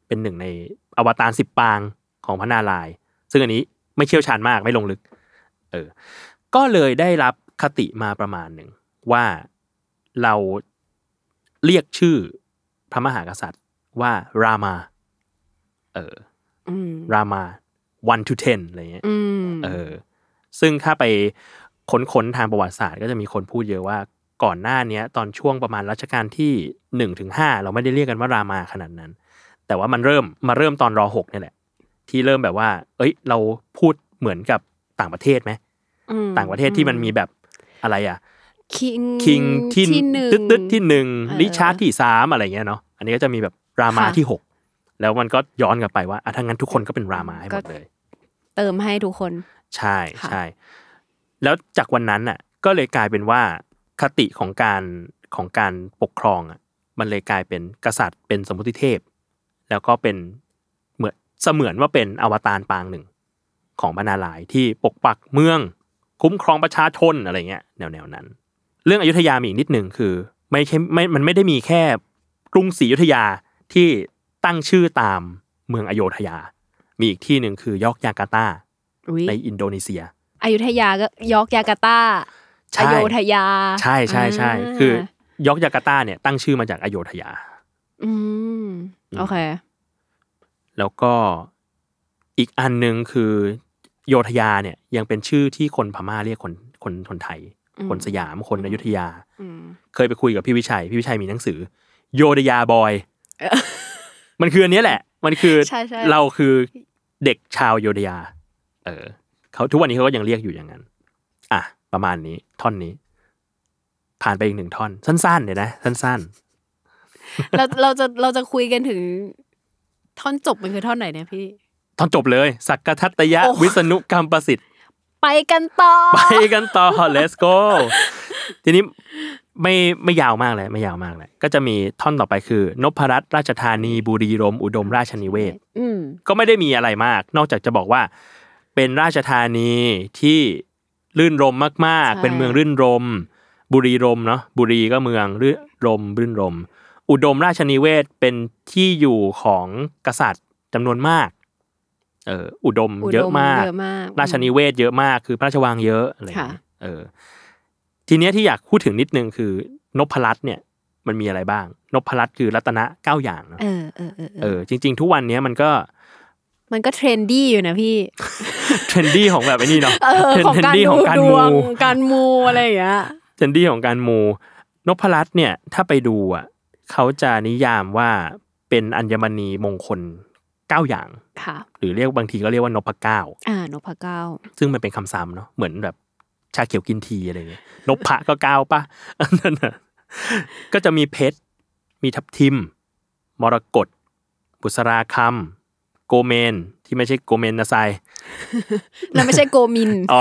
เป็นหนึ่งในอวตารสิบปางของพระนารายณ์ซึ่งอันนี้ไม่เชี่ยวชาญมากไม่ลงลึกเออก็เลยได้รับคติมาประมาณหนึ่งว่าเราเรียกชื่อพระมหากษัตริย์ว่ารามาเออรามาone to ten อะไรเงี้ยเออซึ่งถ้าไปค้นๆทางประวัติศาสตร์ก็จะมีคนพูดเยอะว่าก่อนหน้านี้ตอนช่วงประมาณรัชกาลที่หนึ่งถึงห้าเราไม่ได้เรียกกันว่ารามาขนาดนั้นแต่ว่ามันเริ่มมาเริ่มตอนรหกนี่แหละที่เริ่มแบบว่าเอ้ยเราพูดเหมือนกับต่างประเทศไหมต่างประเทศที่มันมีแบบอะไรอ่ะคิงคิงที่ตึ๊ดๆที่หนึ่งริชาร์ดที่สามอะไรเงี้ยเนาะอันนี้ก็จะมีแบบรามาที่หกแล้วมันก็ย้อนกลับไปว่าอ่ะถ้างั้นทุกคนก็เป็นรามาให้หมดเลยเติมให้ทุกคนใช่ใช่แล้วจากวันนั้นน่ะก็เลยกลายเป็นว่าคติของการของการปกครองอ่ะมันเลยกลายเป็นกษัตริย์เป็นสมมุติเทพแล้วก็เป็นเหมือนเสมือนว่าเป็นอวตารปางหนึ่งของพระนารายณ์ที่ปกปักเมืองคุ้มครองประชาชนอะไรเงี้ยแนวๆนั้นเรื่องอยุธยามีอีกนิดนึงคือไม่ใช่ไม่มันไม่ได้มีแค่กรุงศรีอยุธยาที่ตั้งชื่อตามเมืองอโยธยามีอีกที่หนึ่งคือยอกยาการ์ตาในอินโดนีเซียอยุธยาก็ยอกยาการ์ตาอโยธยาใช่ใช่ใช่คือยอกยาการ์ตาเนี่ยตั้งชื่อมาจากอโยธยาอืมโอเคแล้วก็อีกอันนึงคือโยธยาเนี่ยยังเป็นชื่อที่คนพม่าเรียกคนคนคนไทยคนสยามคนอยุธยาเคยไปคุยกับพี่วิชัยพี่วิชัยมีหนังสือโยธยาบอยมันคืออันนี้แหละมันคือเราคือเด็กชาวโยธยาเออเขาทุกวันนี้เขาก็ยังเรียกอยู่อย่างนั้นอ่ะประมาณนี้ท่อนนี้ผ่านไปอีกหนึ่งท่อนสั้นๆเนี่ยนะสั้นๆเราเราจะเราจะคุยกันถึงท่อนจบมันคือท่อนไหนเนี่ยพี่ท่อนจบเลยสักกทัตยะวิษณุกัมปสิทธิ์ไปกันต่อไปกันต่อ let's go ทีนี้ไม่ไม่ยาวมากเลยไม่ยาวมากเลยก็จะมีท่อนต่อไปคือนพรัตน์ราชธานีบุรีรมย์อุดมราชนิเวศก็ไม่ได้มีอะไรมากนอกจากจะบอกว่าเป็นราชธานีที่รื่นรมมากๆเป็นเมืองรื่นรมบุรีรมย์เนาะบุรีก็เมืองรื่นรมรื่นรมอุดมราชนิเวศเป็นที่อยู่ของกษัตริย์จำนวนมากเอออุดมเยอะมากราชนิเวศเยอะมากคือพระราชวังเยอะอะไรอย่างเงี้ยเออทีเนี้ยที่อยากพูดถึงนิดนึงคือนพรัตน์เนี่ยมันมีอะไรบ้างนพรัตน์คือรัตนะเก้าอย่างเนาะเออเออเออเออจริงๆทุกวันนี้มันก็มันก็เทรนดี้อยู่นะพี่เทรนดี้ของแบบไอ้นี่เนาะเทรนดี้ของการมูการมูอะไรอย่างเงี้ยเทรนดี้ของการมูนพรัตน์เนี่ยถ้าไปดูอ่ะเขาจะนิยามว่าเป็นอัญมณีมงคลเก้าอย่างหรือเรียกบางทีก็เรียกว่านพเก้าอ่านพเก้าซึ่งมันเป็นคำซ้ำเนาะเหมือนแบบชาเขียวกินทีอะไรเงี้ยนพพะก็เก้าป่ะนั่นน่ะก็จะมีเพชรมีทับทิมมรกตบุษราคำโกเมนที่ไม่ใช่โกเมนนะไซแล้วไม่ใช่โกมินอ๋อ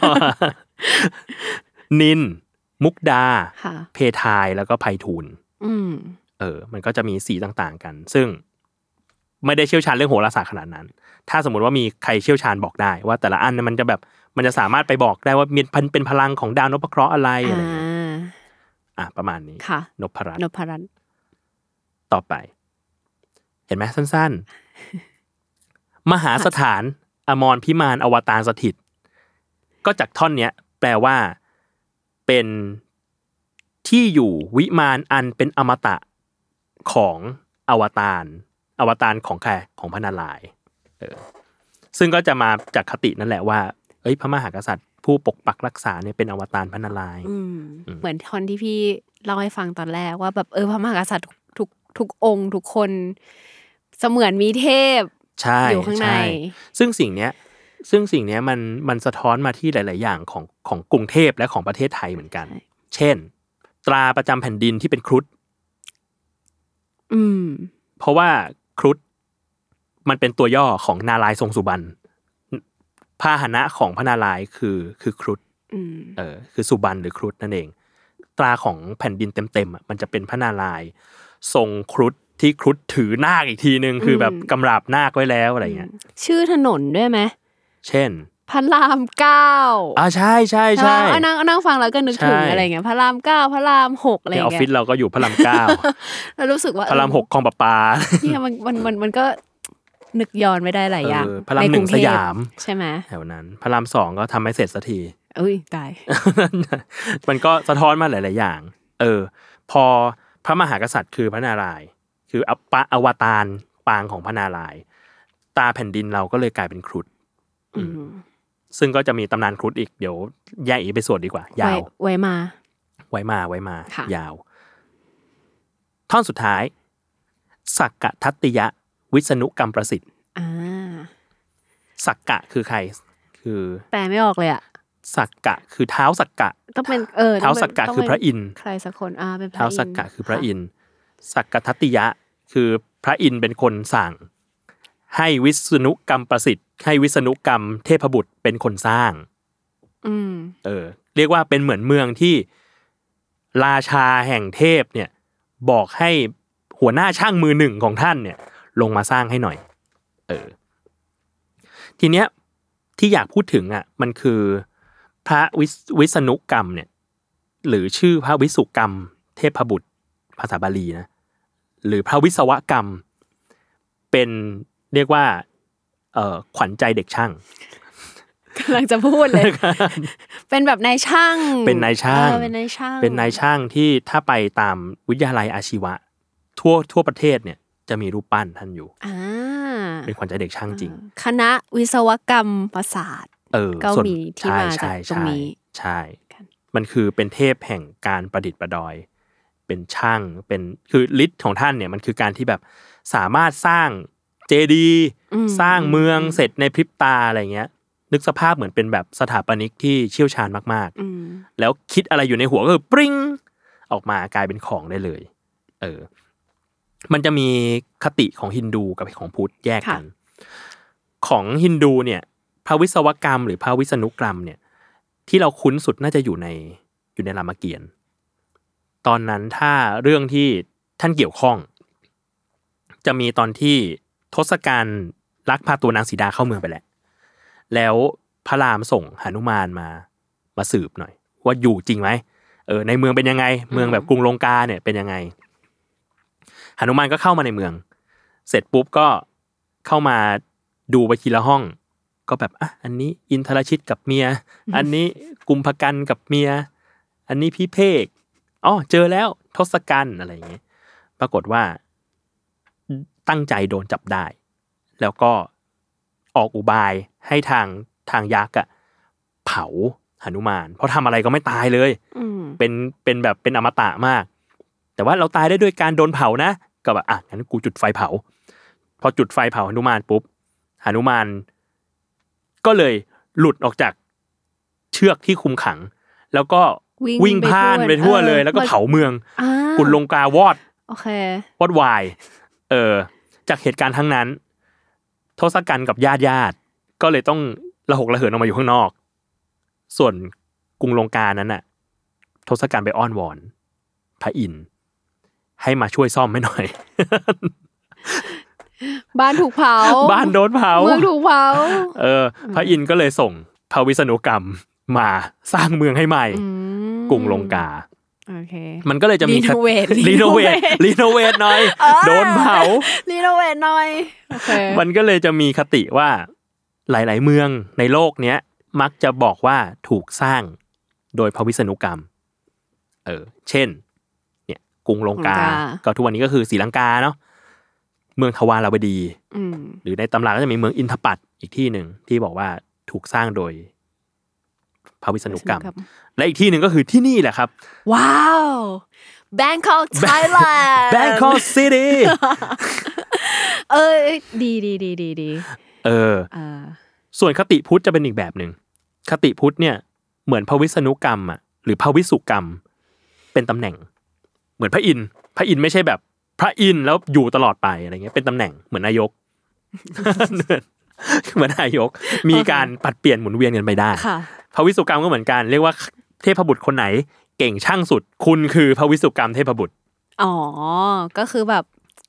นินมุกดาเพทายแล้วก็ไพฑูรย์เออมันก็จะมีสีต่างๆกันซึ่งไม่ได้เชี่ยวชาญเรื่องโหราศาสตร์ขนาดนั้นถ้าสมมติว่ามีใครเชี่ยวชาญบอกได้ว่าแต่ละอันมันจะแบบมันจะสามารถไปบอกได้ว่ามีเป็นพลังของดาวนพเคราะห์อะไรอะไรอย่างเงี้ยอ่ะประมาณนี้นพรัตน์นพรัตน์ต่อไปเห็นไหมสั้นๆมหาสถานอมรพิมานอวตารสถิตก็จากท่อนเนี้ยแปลว่าเป็นที่อยู่วิมานอันเป็นอมตะของอวตารอวตารของใครของพระนารายณ์เออซึ่งก็จะมาจากคตินั่นแหละว่าเอ้ยพระมหากษัตริย์ผู้ปกปักรักษาเนี่ยเป็นอวตารพระนารายณ์เหมือนท่อนที่พี่เล่าให้ฟังตอนแรกว่าแบบเออพระมหากษัตริย์ทุกทุกองค์ทุกคนเสมือนมีเทพอยู่ข้างในซึ่งสิ่งเนี้ยซึ่งสิ่งเนี้ยมันมันสะท้อนมาที่หลายๆอย่างของของกรุงเทพและของประเทศไทยเหมือนกันเช่นตราประจำแผ่นดินที่เป็นครุฑอืมเพราะว่าครุฑมันเป็นตัวย่อของนารายณ์ทรงสุบรรณพาหนะของพระนารายณ์คือคือครุฑเออคือสุบรรณหรือครุฑนั่นเองตราของแผ่นดินเต็มๆอ่ะมันจะเป็นพระนารายณ์ทรงครุฑที่ครุฑถือนาคอีกทีนึงคือแบบกำราบนาคไว้แล้วอะไรเงี้ยชื่อถนนด้วยไหมเช่นพระรามเก้าอ่าใช่ใช่ใช่นั่งนั่งฟังแล้วก็นึกถึงอะไรเงี้ยพระรามเก้าพระรามหกอะไรเงี้ยในออฟฟิศเราก็อยู่พระรามเก้าแล้วรู้สึกว่าพระรามหกคลองประปาเนี่ยมันมันมันมันก็นึกย้อนไม่ได้หลายอย่างพระรามหนึ่งสยามใช่ไหมแถวนั้นพระรามสองก็ทำไม่เสร็จสักทีอุ้ยตายมันก็สะท้อนมาหลายๆอย่างเออพอพระมหากษัตริย์คือพระนารายณ์คืออปะอวตารปางของพระนารายณ์ตาแผ่นดินเราก็เลยกลายเป็นครุฑซึ่งก็จะมีตำนานครุฑอีกเดี๋ยวแยกอีกไปสวดดีกว่ายาวไว้มาไว้มาไว้มายาวท่อนสุดท้ายสักกะทัตติยะวิษณุกรรมประสิทธิ์สักกะคือใครคือแปลไม่ออกเลยอะสักกะคือเท้าสักกะต้องเป็นเออเท้าสักกะคือพระอินทร์ใครสักคนอ่าเป็นพระอินทร์เท้าสักกะคือพระอินทร์สักกะทัตติยะคือพระอินทร์เป็นคนสั่งให้วิษณุกรรมประสิทธิ์ให้วิษณุกรรมเทพบุตรเป็นคนสร้างอืมเออเรียกว่าเป็นเหมือนเมืองที่ราชาแห่งเทพเนี่ยบอกให้หัวหน้าช่างมือหนึ่งของท่านเนี่ยลงมาสร้างให้หน่อยเออทีเนี้ยที่อยากพูดถึงอ่ะมันคือพระวิษณุกรรมเนี่ยหรือชื่อพระวิสุกรรมเทพบุตรภาษาบาลีนะหรือพระวิศวกรรมเป็นเรียกว่าเอ่อขวัญใจเด็กช่างกำลังจะพูดเลยเป็นแบบนายช่างเป็นนายช่างเป็นนายช่างเป็นนายช่างที่ถ้าไปตามวิทยาลัยอาชีวะทั่วทั่วประเทศเนี่ยจะมีรูปปั้นท่านอยู่อ่าเป็นขวัญใจเด็กช่างจริงคณะวิศวกรรมศาสตร์เออก็มีที่มาจากตรงนี้ใช่มันคือเป็นเทพแห่งการประดิษฐ์ประดอยเป็นช่างเป็นคือฤทธิ์ของท่านเนี่ยมันคือการที่แบบสามารถสร้างเจดีย์สร้างเมืองเสร็จในพริบตาอะไรเงี้ยนึกสภาพเหมือนเป็นแบบสถาปนิกที่เชี่ยวชาญมากๆแล้วคิดอะไรอยู่ในหัวก็คือปริ้งออกมากลายเป็นของได้เลยเออมันจะมีคติของฮินดูกับของพุทธแยกกันของฮินดูเนี่ยพระวิศวกรรมหรือพระวิษณุกรรมเนี่ยที่เราคุ้นสุดน่าจะอยู่ในอยู่ในรามเกียรติ์ตอนนั้นถ้าเรื่องที่ท่านเกี่ยวข้องจะมีตอนที่ทศกัณฐ์ลักพาตัวนางสีดาเข้าเมืองไปแล้วแล้วพระรามส่งหนุมานมามาสืบหน่อยว่าอยู่จริงไหมเออในเมืองเป็นยังไงเมืองแบบกรุงลงกาเนี่ยเป็นยังไงหนุมานก็เข้ามาในเมืองเสร็จปุ๊บก็เข้ามาดูไปทีละห้องก็แบบอ่ะอันนี้อินทรชิตกับเมียอันนี้กุมภกันกับเมียอันนี้พิเภกอ๋อเจอแล้วทศกัณฐ์อะไรอย่างเงี้ยปรากฏว่าตั้งใจโดนจับได้แล้วก็ออกอุบายให้ทางทางยักษ์อ่ะเผาหนุมานเพราะทำอะไรก็ไม่ตายเลยเป็นเป็นแบบเป็นอมตะมากแต่ว่าเราตายได้ด้วยการโดนเผานะก็แบบอ่ะงั้นกูจุดไฟเผาพอจุดไฟเผาหนุมานปุ๊บหนุมานก็เลยหลุดออกจากเชือกที่คุมขังแล้วก็วิ่งพ่านไปทั่วเลยแล้วก็เผาเมืองกุลลงกาวอดโอเควอดวายเออจากเหตุการณ์ทั้งนั้นทศกัณฐ์กับญาติญาติก็เลยต้องระหกระเหินออกมาอยู่ข้างนอกส่วนกรุงลงกานั้นน่ะทศกัณฐ์ไปอ้อนวอนพระอินทร์ให้มาช่วยซ่อมให้หน่อยบ้านถูกเผาบ้านโดนเผาเมืองถูกเผาเออพระอินทร์ก็เลยส่งพระวิษณุกรรมมาสร้างเมืองให้ใหม่กรุงลงกาโอเคมันก็เลยจะมีรีโนเวทรีโนเวทรีโนเวทหน่อยโดนเผารีโนเวทหน่อยโอเคมันก็เลยจะมีคติว่าหลายๆเมืองในโลกเนี้ยมักจะบอกว่าถูกสร้างโดยพระวิษณุกรรมเออเช่นเนี่ยกรุงลงกาก็ทุกวันนี้ก็คือศรีลังกาเนาะเมืองทวารวดีหรือในตำราก็จะมีเมืองอินทปัตอีกที่หนึ่งที่บอกว่าถูกสร้างโดยพระวิษณุกรรมและอีกที่หนึ่งก็คือที่นี่แหละครับว้าว Bangkok Thailand Bangkok City เออดีดีดีดีดีเออส่วนคติพุทธจะเป็นอีกแบบหนึ่งคติพุทธเนี่ยเหมือนพระวิษณุกรรมอ่ะหรือพระวิสุกรรมเป็นตำแหน่งเหมือนพระอินทร์พระอินทร์ไม่ใช่แบบพระอินทร์แล้วอยู่ตลอดไปอะไรเงี้ยเป็นตำแหน่งเหมือนนายกเหมือนนายกมีการปัดเปลี่ยนหมุนเวียนกันไปได้พระวิสุกรรมก็เหมือนกันเรียกว่าเทพบุตรคนไหนเก่งช่างสุดคุณคือพระวิสุกรรมเทพบุตรอ๋อก็คือแบบ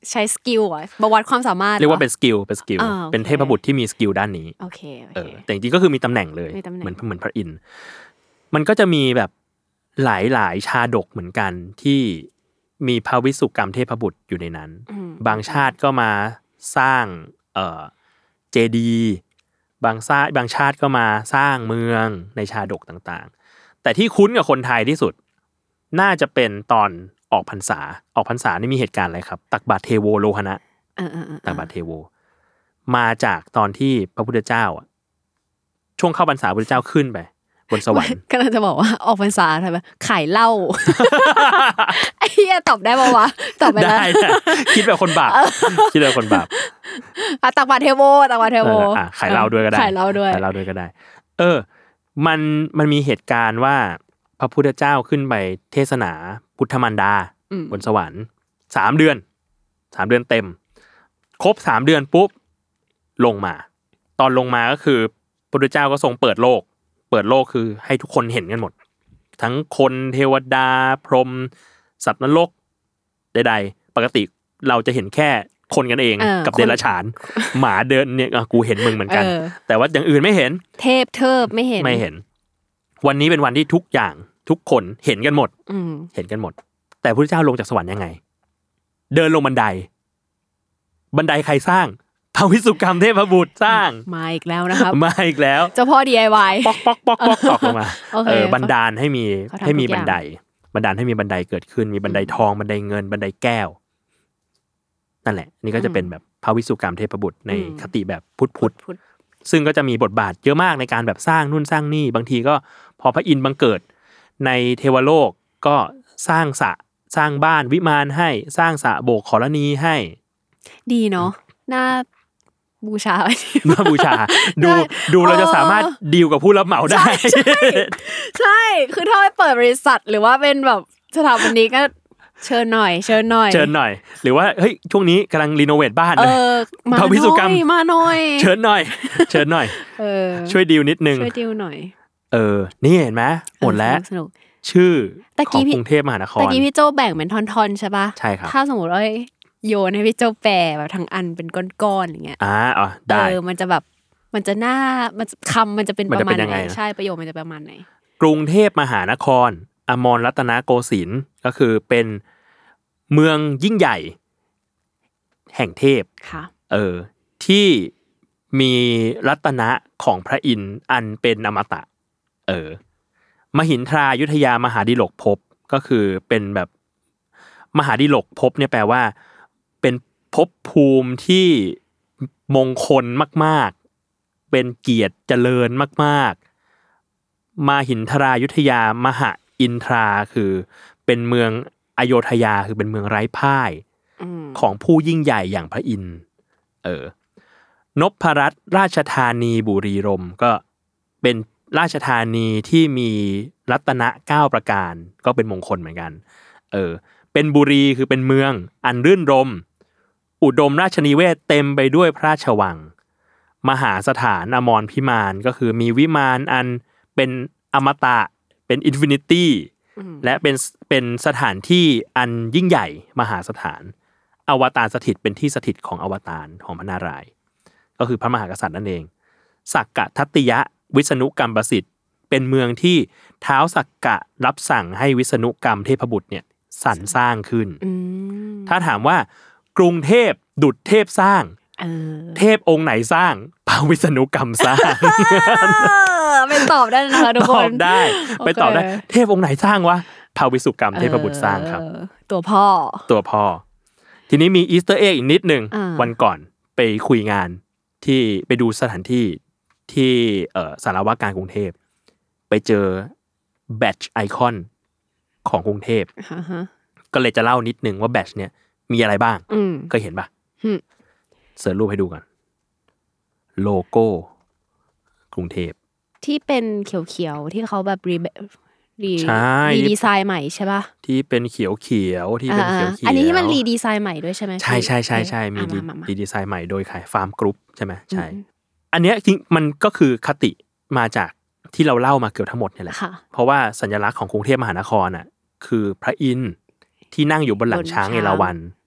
ใช้สกิลอ่ะบวัดความสามารถเรียกว่าเป็นสกิลเป็นสกิลเป็นเทพบุตรที่มีสกิลด้านนี้โอเคเออแต่จริงๆก็คือมีตำแหน่งเลยเหมือนเหมือนพระอินทร์มันก็จะมีแบบหลายๆชาดกเหมือนกันที่มีพระวิสุกรรมเทพบุตรอยู่ในนั้นบางชาติก็มาสร้างเอ่อเจดีย์บางชาติบางชาติก็มาสร้างเมืองในชาดกต่างๆแต่ที่คุ้นกับคนไทยที่สุดน่าจะเป็นตอนออกพรรษาออกพรรษานี่มีเหตุการณ์อะไรครับตักบาตรเทโวโลหณะตักบาตรเทโวมาจากตอนที่พระพุทธเจ้าอ่ะช่วงเข้าพรรษาพระพุทธเจ้าขึ้นไปบนสวรรค์ก็จะบอกว่าออกพรรษาใช่ไหมขายเหล้าไอ้เหี้ยตอบได้ปะวะตอบไปแล้วได้คิดแบบคนบาปคิดแบบคนบาปอ่ะตักบาตรเทโวตักบาตรเทโวอ่ะขายเหล้าด้วยก็ได้ขายเหล้าด้วยขายเหล้าด้วยก็ได้เออมันมันมีเหตุการณ์ว่าพระพุทธเจ้าขึ้นไปเทศนาพุทธมารดาบนสวรรค์สามเดือนสามเดือนเต็มครบสามเดือนปุ๊บลงมาตอนลงมาก็คือพระพุทธเจ้าก็ทรงเปิดโลกเปิดโลกคือให้ทุกคนเห็นกันหมดทั้งคนเทวดาพรหมสัตว์นรกใดๆปกติเราจะเห็นแค่คนกันเองกับเดรัจฉานหมาเดินเนี่ยกูเห็นมึงเหมือนกันแต่ว่าอย่างอื่นไม่เห็นเทพเทิบไม่เห็นไม่เห็นวันนี้เป็นวันที่ทุกอย่างทุกคนเห็นกันหมดเห็นกันหมดแต่พระพุทธเจ้าลงจากสวรรค์ยังไงเดินลงบันไดบันไดใครสร้างพระวิสุกรรมเทพบุตรสร้างมาอีกแล้วนะครับมาอีกแล้วเจ้าพ่อ ดี ไอ วายป๊อกป๊อกป๊อกป๊อกออกมาเออบันดาลให้มีให้มีบันไดบันดาลให้มีบันไดเกิดขึ้นมีบันไดทองบันไดเงินบันไดแก้วนั่นแหละนี่ก็จะเป็นแบบพระวิสุกรรมเทพบุตรในคติแบบพุทธพุทธซึ่งก็จะมีบทบาทเยอะมากในการแบบสร้างนู่นสร้างนี่บางทีก็พอพระอินทร์บังเกิดในเทวโลกก็สร้างสระสร้างบ้านวิมานให้สร้างสระโบกขรณีให้ดีเนาะน่าบูชาน่าบูชาดูดูเราจะสามารถดีลกับผู้รับเหมาได้ใช่ใช่คือถ้าไปเปิดบริษัทหรือว่าเป็นแบบสถาปนิกก็เชิญหน่อยเชิญหน่อยเชิญหน่อยหรือว่าเฮ้ยช่วงนี้กำลังรีโนเวทบ้านเลยพระวิสุกรรมมาหน่อยเชิญหน่อยเชิญหน่อยช่วยดีลนิดนึงช่วยดีลหน่อยเออนี่เห็นไหมหมดแล้วชื่อของกรุงเทพมหานครตะกี้พี่โจแบ่งเป็นท่อนๆใช่ป่ะใช่ครับถ้าสมมติว่าโยนให้พี่โจแปลแบบทั้งอันเป็นก้อนๆอย่างเงี้ยอ่าอ๋อได้เออมันจะแบบมันจะหน้ามันคำมันจะเป็นประมาณไหนใช่ประโยคมันจะประมาณไหนกรุงเทพมหานครอมรรัตนโกสินทร์ก็คือเป็นเมืองยิ่งใหญ่แห่งเทพค่ะเออที่มีรัตนะของพระอินทร์อันเป็นอมตะเออมหินทรายุทธยามหาดิลกภพก็คือเป็นแบบมหาดิลกภพเนี่ยแปลว่าเป็นภพภูมิที่มงคลมากๆเป็นเกียรติเจริญมากๆมหินทรายุทธยามหาอินทราคือเป็นเมืองอโยธยาคือเป็นเมืองไร้พ่ายของผู้ยิ่งใหญ่อย่างพระอินทร์เออนพรัตน์ราชธานีบุรีรมย์ก็เป็นราชธานีที่มีรัตนะเก้าประการก็เป็นมงคลเหมือนกันเออเป็นบุรีคือเป็นเมืองอันรื่นรมย์อุดมราชนิเวศเต็มไปด้วยพระราชวังมหาสถานอมรพิมานก็คือมีวิมานอันเป็นอมตะเป็นอินฟินิตี้และเป็นเป็นสถานที่อันยิ่งใหญ่มหาสถานอวตารสถิตเป็นที่สถิตของอวตารของพระนารายณ์ก็คือพระมหากษัตริย์นั่นเองสักกะทัตติยะวิษณุกรรมประสิทธิ์เป็นเมืองที่ท้าวสักกะรับสั่งให้วิษณุกรรมเทพบุตรเนี่ยสรรสร้างขึ้นถ้าถามว่ากรุงเทพดุจเทพสร้างเทพองค์ไหนสร้างพระวิษณุกรรมสร้างไปตอบได้นะคะทุกคนตอบได้ไปตอบได้เทพองค์ไหนสร้างวะพระวิษณุกรรมเทพบุตรสร้างครับตัวพ่อตัวพ่อทีนี้มีอีสเตอร์เอ็กอีกนิดนึงวันก่อนไปคุยงานที่ไปดูสถานที่ที่เอ่อสารวการกรุงเทพไปเจอแบตช์ไอคอนของกรุงเทพก็เลยจะเล่านิดนึงว่าแบตช์เนี่ยมีอะไรบ้างเคยเห็นป่ะเสิร์ชรูปให้ดูกันโลโก้กรุงเทพที่เป็นเขียวๆที่เขาแบบรีรีรีดีไซน์ใหม่ใช่ป่ะที่เป็นเขียวๆที่เป็นเขียวๆอันนี้ที่มันรีดีไซน์ใหม่ด้วยใช่ไหมใช่ใช่ใช่ใช่มีรีดีไซน์ใหม่โดยใครฟาร์มกรุ๊ปใช่ไหมใช่อันเนี้ยจริงมันก็คือคติมาจากที่เราเล่ามาเกือบทั้งหมดเนี่ยแหละเพราะว่าสัญลักษณ์ของกรุงเทพมหานครอ่ะคือพระอินทร์ที่นั่งอยู่บนหลังช้างเอราวัณ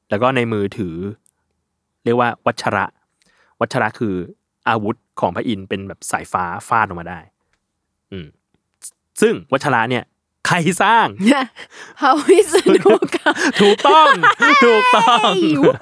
แล้วก็ในมือถือเรียกว่าวัชระวัชระคืออาวุธของพระอินทร์เป็นแบบสายฟ้าฟาดออกมาได้อืมซึ่งวัชระเนี่ยใครสร้างพระวิษณุค่ะถูกต้องถูกต้อง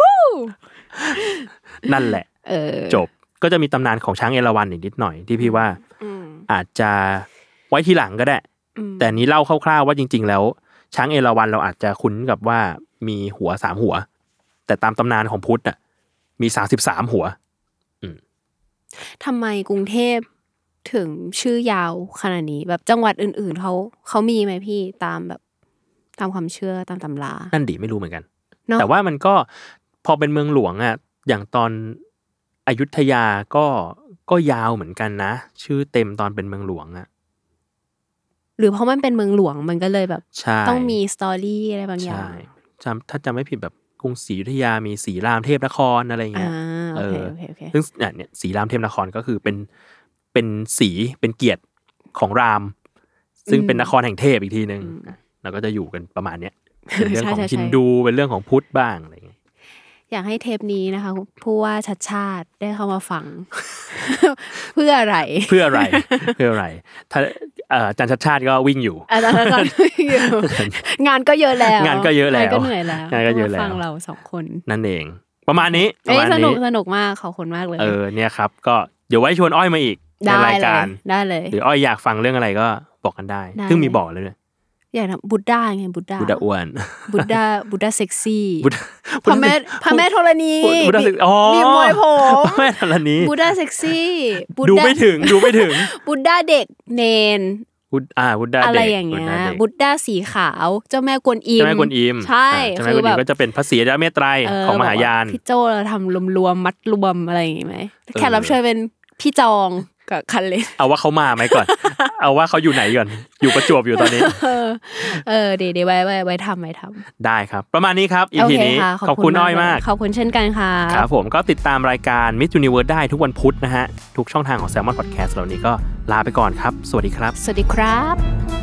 นั่นแหละจบก็จะมีตำนานของช้างเอราวัณอีกนิดหน่อยที่พี่ว่าอาจจะไว้ทีหลังก็ได้แต่นี้เล่าคร่าวๆว่าจริงๆแล้วช้างเอราวัณเราอาจจะคุ้นกับว่ามีหัวสามหัวแต่ตามตำนานของพุทธอ่ะมีสามสิบสามหัวทำไมกรุงเทพถึงชื่อยาวขนาดนี้แบบจังหวัดอื่นๆเขาเขามีไหมพี่ตามแบบตามความเชื่อตามตำรานั่นดิไม่รู้เหมือนกันแต่ว่ามันก็พอเป็นเมืองหลวงอ่ะอย่างตอนอยุธยาก็ก็ยาวเหมือนกันนะชื่อเต็มตอนเป็นเมืองหลวงอ่ะหรือเพราะมันเป็นเมืองหลวงมันก็เลยแบบต้องมีสตอรี่อะไรบางอย่างใช่จำถ้าจำไม่ผิดแบบกรุงศรีอยุธยามีศรีรามเทพนครอะไรเงี้ยเออซึ่งเนี่ยศรีรามเทพนครก็คือเป็นเป็นศรีเป็นเกียรติของรามซึ่งเป็นนครแห่งเทพอีกทีนึงแล้วก็จะอยู่กันประมาณเนี้ยเป็นเรื่องของฮินดูเป็นเรื่องของพุทธบ้างอะไรเงี้ยอยากให้เทปนี้นะคะผู้ว่าชัดชาติได้เข้ามาฟัง เพื่ออะไรเพื่ออะไรเพื่ออะไรถ้าอาจารย์ชัดชาติก็วิ่งอยู่อาจารย์ชัดชาติวิ่งอยู่งานก็เยอะแล้วงานก็เยอะแล้วก็เหนื่อยแล้วงานก็เยอะแล้วฟังเราสองคนนั่นเองประมาณนี้ประมาณนี้สนุกสนุกมากขอบคุณมากเลยเออเนี่ยครับก็เดี๋ยวไว้ชวนอ้อยมาอีกในรายการได้เลยหรืออ้อยอยากฟังเรื่องอะไรก็บอกกันได้ซึ่งมีบอกเลยด้วยอยากทำบุดด้าไงบุดด้าบุดด้าอ้วนบุดด้าบุดด้าเซ็กซี่พระแม่พระแม่ธรณีมีมวยผมพระแม่ธรณีบุดด้าเซ็กซี่ดูไม่ถึงดูไม่ถึงบุดด้าเด็กเนนบุดอ่าบุดด้าเด็กอะไรอย่างเงี้ยบุดด้าสีขาวเจ้าแม่กวนอิมเจ้าแม่กวนอิมใช่คือแบบก็จะเป็นพระศรีอริยเมตไตรของมหายานพี่โจเราทำรวมๆมัดรวมอะไรอย่างงี้ไหมแขกรับเชิญเป็นพี่จองกับคันเลยเอาว่าเขามาไหมก่อนเอาว่าเขาอยู่ไหนก่อนอยู่ประจวบอยู่ตอนนี้เออเดี๋ยวไว้ไว้ไว้ทำไว้ทำได้ครับประมาณนี้ครับ อี พี นี้ขอบคุณอ้อยมากขอบคุณเช่นกันค่ะครับผมก็ติดตามรายการ Miss Universe ได้ทุกวันพุธนะฮะทุกช่องทางของ Salmon Podcast เหล่านี้ก็ลาไปก่อนครับสวัสดีครับสวัสดีครับ